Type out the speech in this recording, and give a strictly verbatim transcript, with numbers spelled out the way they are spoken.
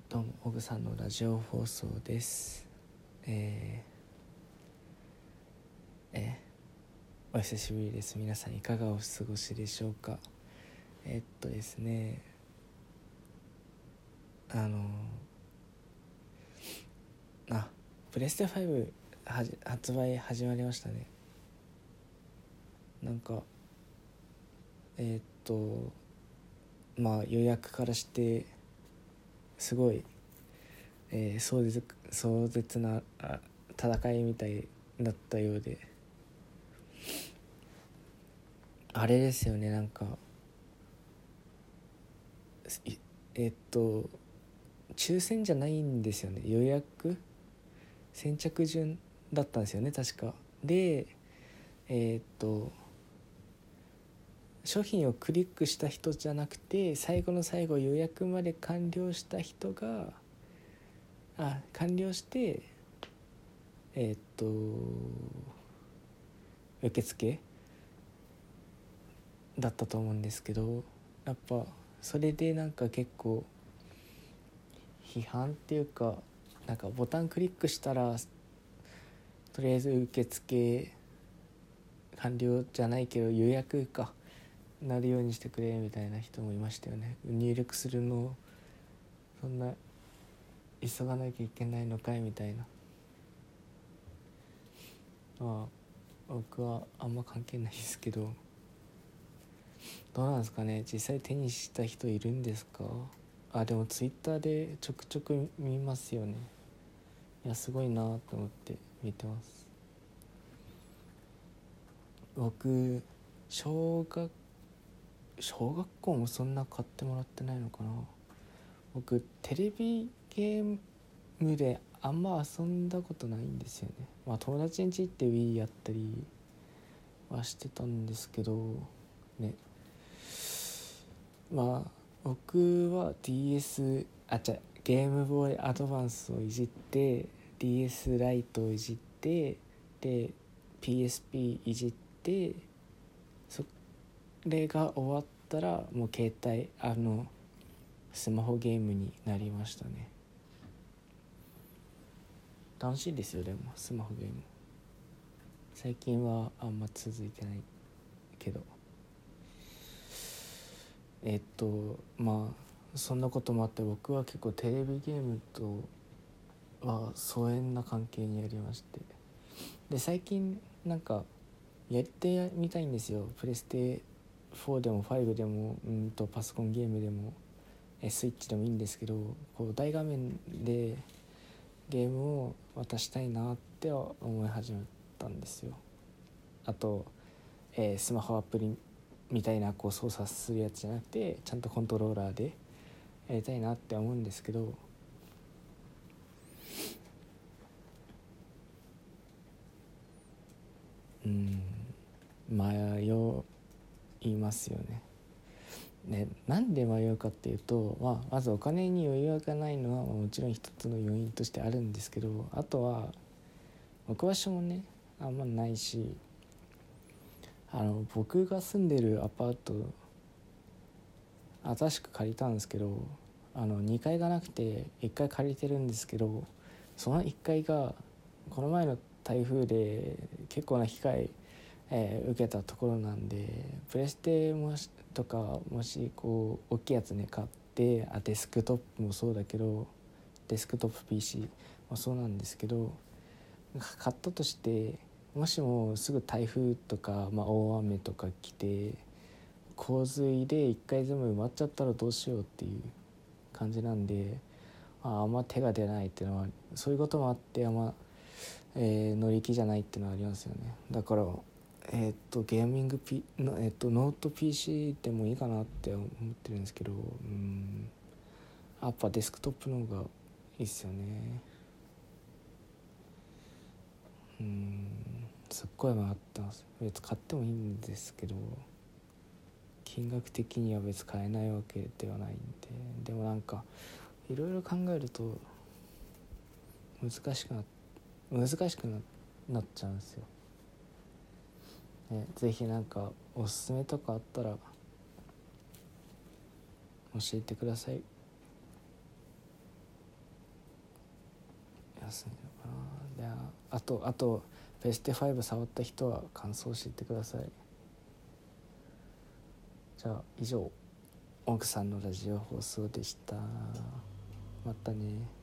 どうもオグさんのラジオ放送です。えー、えー、お久しぶりです。皆さんいかがお過ごしでしょうか。えー、っとですねあのあプレステファイブはじ発売始まりましたね。なんかえー、っとまあ予約からしてすごい、えー、壮絶壮絶なあ戦いみたいだったようで、あれですよね、なんかいえー、っと抽選じゃないんですよね。予約先着順だったんですよね確か。でえー、っと商品をクリックした人じゃなくて、最後の最後予約まで完了した人があ完了してえー、っと受付だったと思うんですけど、やっぱそれでなんか結構批判っていうか、なんかボタンクリックしたらとりあえず受付完了じゃないけど予約かなるようにしてくれみたいな人もいましたよね。入力するのそんな急がなきゃいけないのかいみたいな。まあ僕はあんま関係ないですけど、どうなんですかね、実際手にした人いるんですか。あでもツイッターでちょくちょく見ますよね。いやすごいなと思って見てます。僕小学小学校もそんな買ってもらってないのかな。僕テレビゲームであんま遊んだことないんですよね。まあ友達ん家行って Wii やったりはしてたんですけどね。まあ僕は ディーエス あ違うゲームボーイアドバンスをいじって ディーエス ライトをいじってで ピーエスピー いじって、それが終わったらもう携帯あのスマホゲームになりましたね。楽しいですよ。でもスマホゲーム最近はあんま続いてないけど、えっとまあそんなこともあって僕は結構テレビゲームとは疎遠な関係にありまして、で最近なんかやってみたいんですよ。プレステフォーでもファイブでもうんとパソコンゲームでもえスイッチでもいいんですけど、こう大画面でゲームを渡したいなって思い始めたんですよ。あと、えー、スマホアプリみたいなこう操作するやつじゃなくてちゃんとコントローラーでやりたいなって思うんですけど、うん迷いますよね。ね、なんで迷うかっていうと、まあ、まずお金に余裕がないのはもちろん一つの要因としてあるんですけど、あとは僕はしもねあんまないし、あの僕が住んでるアパート新しく借りたんですけど、あのにかいがなくていっかい借りてるんですけど、そのいっかいがこの前の台風で結構な被害、えー受けたところなんで、プレステもしとかもしこう大きいやつね買って、あデスクトップもそうだけどデスクトップ ピーシー もそうなんですけど、買ったとしてもしもすぐ台風とか、まあ、大雨とか来て洪水で一回全部埋まっちゃったらどうしようっていう感じなんで、ああんま手が出ないっていうのはそういうこともあって、あんま、えー乗り気じゃないっていうのはありますよね。だからえーっとゲーミング、P の、えーっとノート ピーシー でもいいかなって思ってるんですけど、うんやっぱデスクトップの方がいいっすよね。うんすっごい迷ってます。別に買ってもいいんですけど、金額的には別に買えないわけではないんで、でもなんかいろいろ考えると難しくな難しく な, なっちゃうんですよ、ね。ぜひなんかおすすめとかあったら教えてください。 するのかな。であとあとプレステファイブ触った人は感想を教えてください。じゃあ以上奥さんのラジオ放送でした。またね。